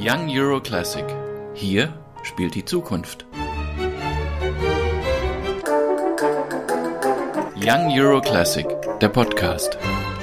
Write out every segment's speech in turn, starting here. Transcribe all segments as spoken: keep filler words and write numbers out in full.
Young Euro Classic. Hier spielt die Zukunft. Young Euro Classic, der Podcast.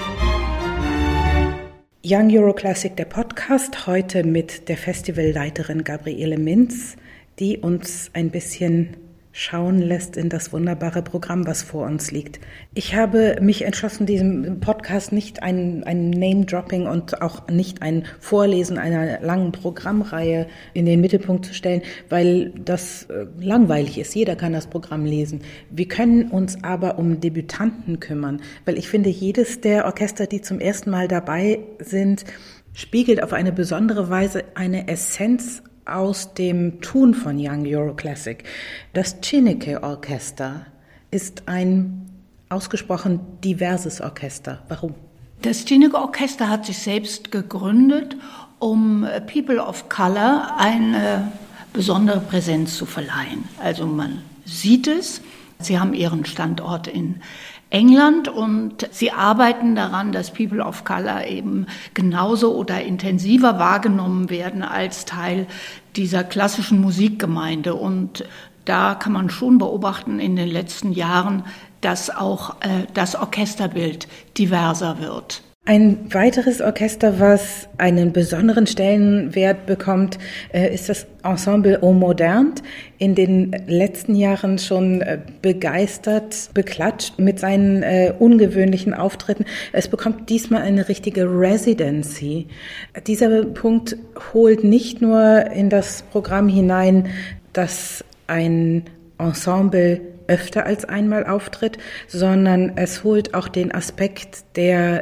Young Euro Classic, der Podcast, heute mit der Festivalleiterin Gabriele Mintz, die uns ein bisschen schauen lässt in das wunderbare Programm, was vor uns liegt. Ich habe mich entschlossen, diesem Podcast nicht ein, ein Name-Dropping und auch nicht ein Vorlesen einer langen Programmreihe in den Mittelpunkt zu stellen, weil das äh, langweilig ist. Jeder kann das Programm lesen. Wir können uns aber um Debütanten kümmern, weil ich finde, jedes der Orchester, die zum ersten Mal dabei sind, spiegelt auf eine besondere Weise eine Essenz aus dem Tun von Young Euro Classic. Das Chineke Orchester ist ein ausgesprochen diverses Orchester. Warum? Das Chineke Orchester hat sich selbst gegründet, um People of Color eine besondere Präsenz zu verleihen. Also man sieht es, sie haben ihren Standort in England und sie arbeiten daran, dass People of Color eben genauso oder intensiver wahrgenommen werden als Teil dieser klassischen Musikgemeinde. Und da kann man schon beobachten in den letzten Jahren, dass auch äh, das Orchesterbild diverser wird. Ein weiteres Orchester, was einen besonderen Stellenwert bekommt, ist das Ensemble Eau Moderne, in den letzten Jahren schon begeistert, beklatscht mit seinen ungewöhnlichen Auftritten. Es bekommt diesmal eine richtige Residency. Dieser Punkt holt nicht nur in das Programm hinein, dass ein Ensemble öfter als einmal auftritt, sondern es holt auch den Aspekt der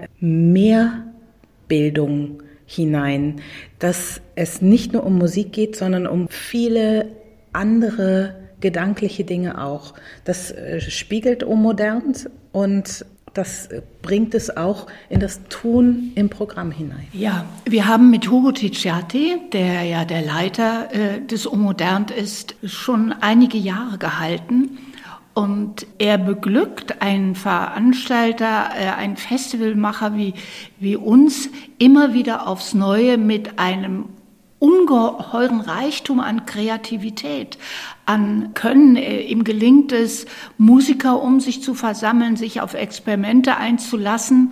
Mehrbildung hinein, dass es nicht nur um Musik geht, sondern um viele andere gedankliche Dinge auch. Das spiegelt Eau Moderne und das bringt es auch in das Tun im Programm hinein. Ja, wir haben mit Hugo Ticciati, der ja der Leiter äh, des Eau Moderne ist, schon einige Jahre gehalten. Und er beglückt einen Veranstalter, äh, einen Festivalmacher wie, wie uns immer wieder aufs Neue mit einem ungeheuren Reichtum an Kreativität, an Können. Ihm gelingt es, Musiker um sich zu versammeln, sich auf Experimente einzulassen,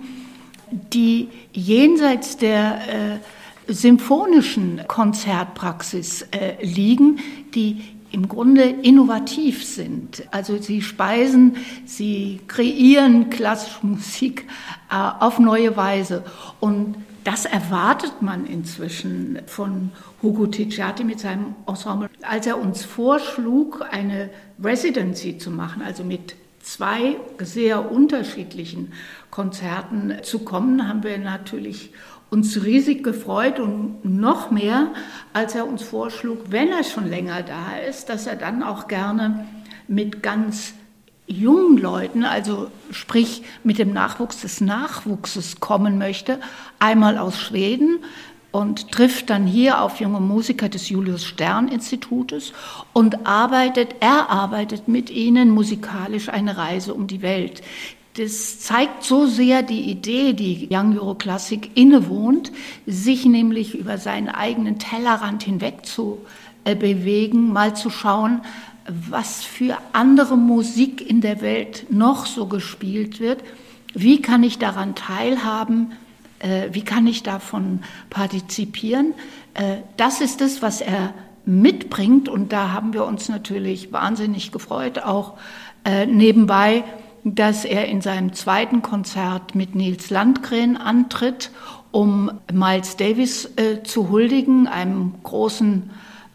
die jenseits der äh, symphonischen Konzertpraxis äh, liegen, die im Grunde innovativ sind. Also sie speisen, sie kreieren klassische Musik äh, auf neue Weise. Und das erwartet man inzwischen von Hugo Ticciati mit seinem Ensemble. Als er uns vorschlug, eine Residency zu machen, also mit zwei sehr unterschiedlichen Konzerten zu kommen, haben wir natürlich uns riesig gefreut und noch mehr, als er uns vorschlug, wenn er schon länger da ist, dass er dann auch gerne mit ganz jungen Leuten, also sprich mit dem Nachwuchs des Nachwuchses kommen möchte, einmal aus Schweden und trifft dann hier auf junge Musiker des Julius Stern Institutes und arbeitet, er arbeitet mit ihnen musikalisch eine Reise um die Welt. Das zeigt so sehr die Idee, die Young Euro Classic innewohnt, sich nämlich über seinen eigenen Tellerrand hinweg zu äh, bewegen, mal zu schauen, was für andere Musik in der Welt noch so gespielt wird. Wie kann ich daran teilhaben? Äh, wie kann ich davon partizipieren? Äh, das ist es, was er mitbringt. Und da haben wir uns natürlich wahnsinnig gefreut, auch äh, nebenbei, dass er in seinem zweiten Konzert mit Nils Landgren antritt, um Miles Davis äh, zu huldigen, einem großen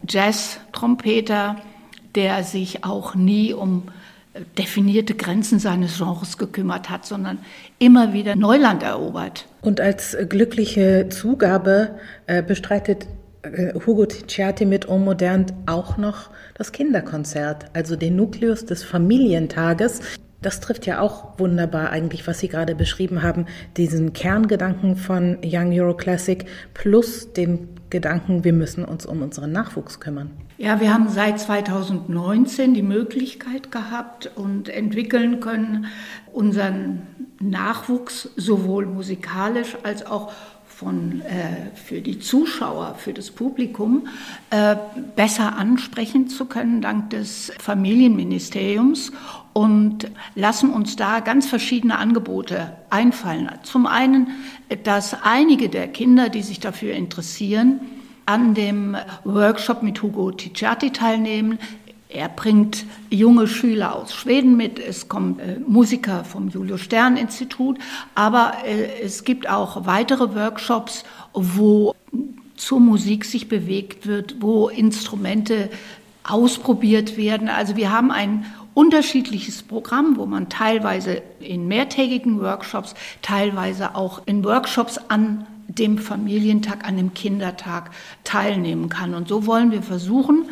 Jazz-Trompeter, der sich auch nie um definierte Grenzen seines Genres gekümmert hat, sondern immer wieder Neuland erobert. Und als glückliche Zugabe äh, bestreitet äh, Hugo Ticciati mit Eau Moderne auch noch das Kinderkonzert, also den Nukleus des Familientages. Das trifft ja auch wunderbar eigentlich, was Sie gerade beschrieben haben, diesen Kerngedanken von Young Euro Classic plus dem Gedanken, wir müssen uns um unseren Nachwuchs kümmern. Ja, wir haben seit zweitausendneunzehn die Möglichkeit gehabt und entwickeln können, unseren Nachwuchs sowohl musikalisch als auch von, äh, für die Zuschauer, für das Publikum äh, besser ansprechen zu können, dank des Familienministeriums, und lassen uns da ganz verschiedene Angebote einfallen. Zum einen, dass einige der Kinder, die sich dafür interessieren, an dem Workshop mit Hugo Ticciati teilnehmen. Er bringt junge Schüler aus Schweden mit, es kommen äh, Musiker vom Julius-Stern-Institut, aber äh, es gibt auch weitere Workshops, wo zur Musik sich bewegt wird, wo Instrumente ausprobiert werden. Also wir haben ein unterschiedliches Programm, wo man teilweise in mehrtägigen Workshops, teilweise auch in Workshops an dem Familientag, an dem Kindertag teilnehmen kann. Und so wollen wir versuchen,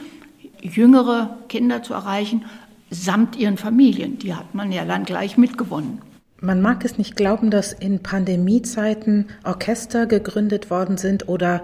jüngere Kinder zu erreichen, samt ihren Familien. Die hat man ja dann gleich mitgewonnen. Man mag es nicht glauben, dass in Pandemiezeiten Orchester gegründet worden sind oder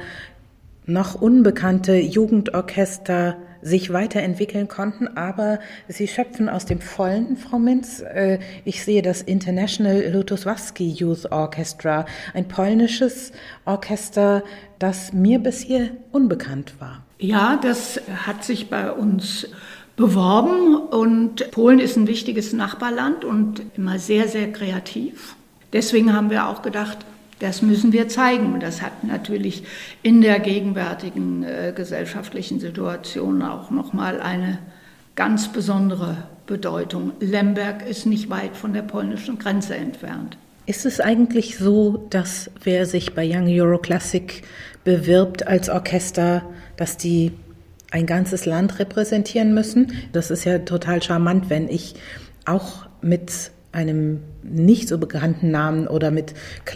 noch unbekannte Jugendorchester sich weiterentwickeln konnten, aber sie schöpfen aus dem Vollen, Frau Mintz. Ich sehe das International Lutosławski Youth Orchestra, ein polnisches Orchester, das mir bisher unbekannt war. Ja, das hat sich bei uns beworben, und Polen ist ein wichtiges Nachbarland und immer sehr, sehr kreativ. Deswegen haben wir auch gedacht, das müssen wir zeigen. Und das hat natürlich in der gegenwärtigen äh, gesellschaftlichen Situation auch nochmal eine ganz besondere Bedeutung. Lemberg ist nicht weit von der polnischen Grenze entfernt. Ist es eigentlich so, dass wer sich bei Young Euro Classic bewirbt als Orchester, dass die ein ganzes Land repräsentieren müssen? Das ist ja total charmant, wenn ich auch mit einem nicht so bekannten Namen oder mit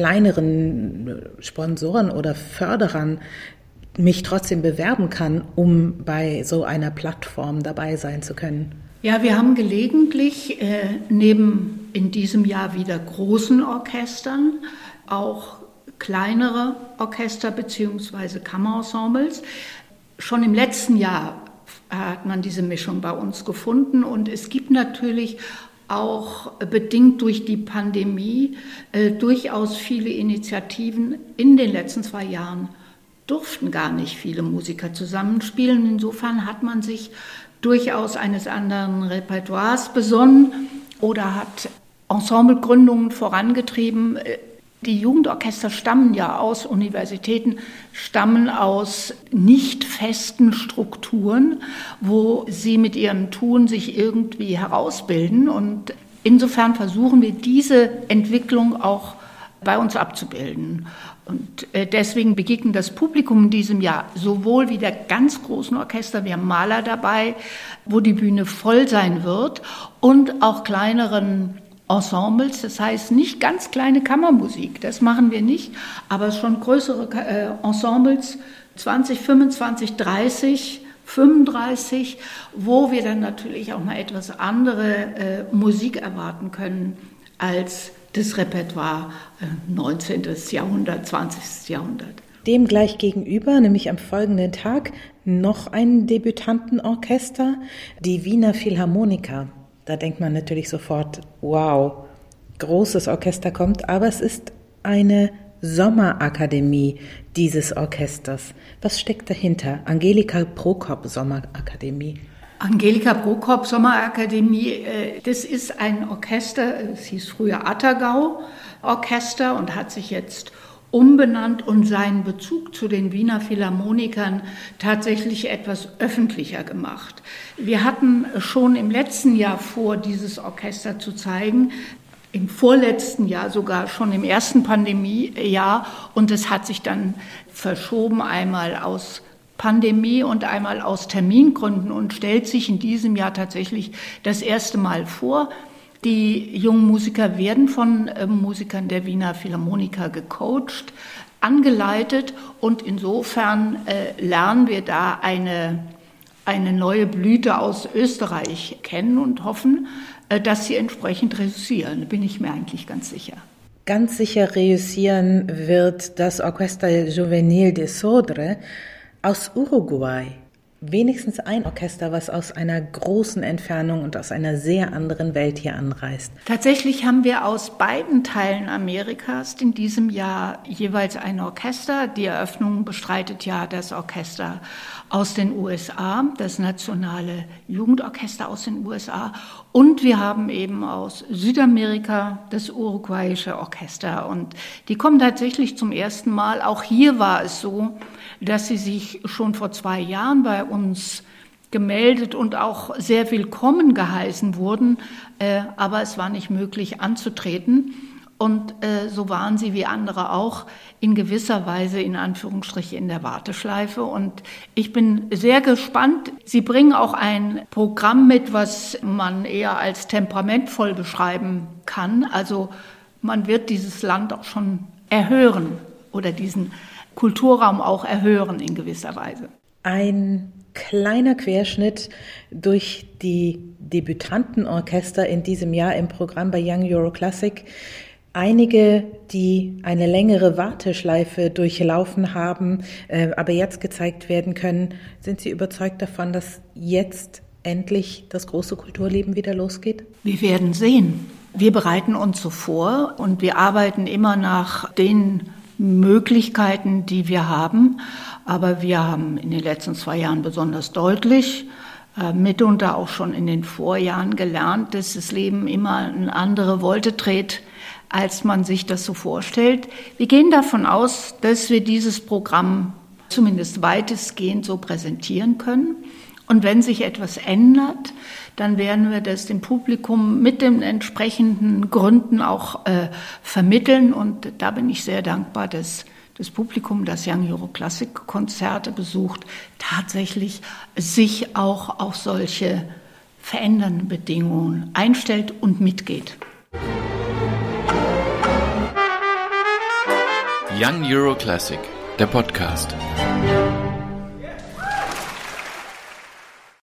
kleineren Sponsoren oder Förderern mich trotzdem bewerben kann, um bei so einer Plattform dabei sein zu können. Ja, wir haben gelegentlich äh, neben in diesem Jahr wieder großen Orchestern auch kleinere Orchester bzw. Kammerensembles. Schon im letzten Jahr hat man diese Mischung bei uns gefunden, und es gibt natürlich auch bedingt durch die Pandemie äh, durchaus viele Initiativen. In den letzten zwei Jahren durften gar nicht viele Musiker zusammenspielen. Insofern hat man sich durchaus eines anderen Repertoires besonnen oder hat Ensemblegründungen vorangetrieben. Die Jugendorchester stammen ja aus Universitäten, stammen aus nicht festen Strukturen, wo sie mit ihrem Tun sich irgendwie herausbilden. Und insofern versuchen wir, diese Entwicklung auch bei uns abzubilden. Und deswegen begegnet das Publikum in diesem Jahr sowohl wieder ganz großen Orchester, wir haben Maler dabei, wo die Bühne voll sein wird, und auch kleineren Ensembles, das heißt nicht ganz kleine Kammermusik, das machen wir nicht, aber schon größere äh, Ensembles, zwanzig, fünfundzwanzig, dreißig, fünfunddreißig, wo wir dann natürlich auch mal etwas andere äh, Musik erwarten können als das Repertoire äh, neunzehnten. Jahrhundert, zwanzigsten. Jahrhundert. Dem gleich gegenüber, nämlich am folgenden Tag, noch ein Debütantenorchester, die Wiener Philharmoniker. Da denkt man natürlich sofort, wow, großes Orchester kommt, aber es ist eine Sommerakademie dieses Orchesters. Was steckt dahinter? Angelika Prokop Sommerakademie. Angelika Prokop Sommerakademie, das ist ein Orchester, es hieß früher Attergau Orchester und hat sich jetzt umbenannt und seinen Bezug zu den Wiener Philharmonikern tatsächlich etwas öffentlicher gemacht. Wir hatten schon im letzten Jahr vor, dieses Orchester zu zeigen, im vorletzten Jahr sogar schon im ersten Pandemiejahr, und es hat sich dann verschoben, einmal aus Pandemie und einmal aus Termingründen, und stellt sich in diesem Jahr tatsächlich das erste Mal vor. Die jungen Musiker werden von äh, Musikern der Wiener Philharmoniker gecoacht, angeleitet, und insofern äh, lernen wir da eine, eine neue Blüte aus Österreich kennen und hoffen, äh, dass sie entsprechend reüssieren. Da bin ich mir eigentlich ganz sicher. Ganz sicher reüssieren wird das Orchester Juvenil de Sodre aus Uruguay. wenigstens ein Orchester, was aus einer großen Entfernung und aus einer sehr anderen Welt hier anreist. Tatsächlich haben wir aus beiden Teilen Amerikas in diesem Jahr jeweils ein Orchester. Die Eröffnung bestreitet ja das Orchester aus den U S A, das Nationale Jugendorchester aus den U S A. Und wir haben eben aus Südamerika das uruguayische Orchester. Und die kommen tatsächlich zum ersten Mal. Auch hier war es so, dass sie sich schon vor zwei Jahren bei uns gemeldet und auch sehr willkommen geheißen wurden, äh, aber es war nicht möglich anzutreten. Und äh, so waren sie wie andere auch in gewisser Weise in Anführungsstriche in der Warteschleife. Und ich bin sehr gespannt. Sie bringen auch ein Programm mit, was man eher als temperamentvoll beschreiben kann. Also man wird dieses Land auch schon erhören oder diesen Kulturraum auch erhören in gewisser Weise. Ein kleiner Querschnitt durch die Debütantenorchester in diesem Jahr im Programm bei Young Euro Classic. Einige, die eine längere Warteschleife durchlaufen haben, äh, aber jetzt gezeigt werden können. Sind Sie überzeugt davon, dass jetzt endlich das große Kulturleben wieder losgeht? Wir werden sehen. Wir bereiten uns so vor und wir arbeiten immer nach den Möglichkeiten, die wir haben. Aber wir haben in den letzten zwei Jahren besonders deutlich, äh, mitunter auch schon in den Vorjahren gelernt, dass das Leben immer eine andere Wolte dreht, als man sich das so vorstellt. Wir gehen davon aus, dass wir dieses Programm zumindest weitestgehend so präsentieren können. Und wenn sich etwas ändert, dann werden wir das dem Publikum mit den entsprechenden Gründen auch äh, vermitteln. Und da bin ich sehr dankbar, dass das Publikum, das Young Euro Classic Konzerte besucht, tatsächlich sich auch auf solche verändernden Bedingungen einstellt und mitgeht. Young Euro Classic, der Podcast.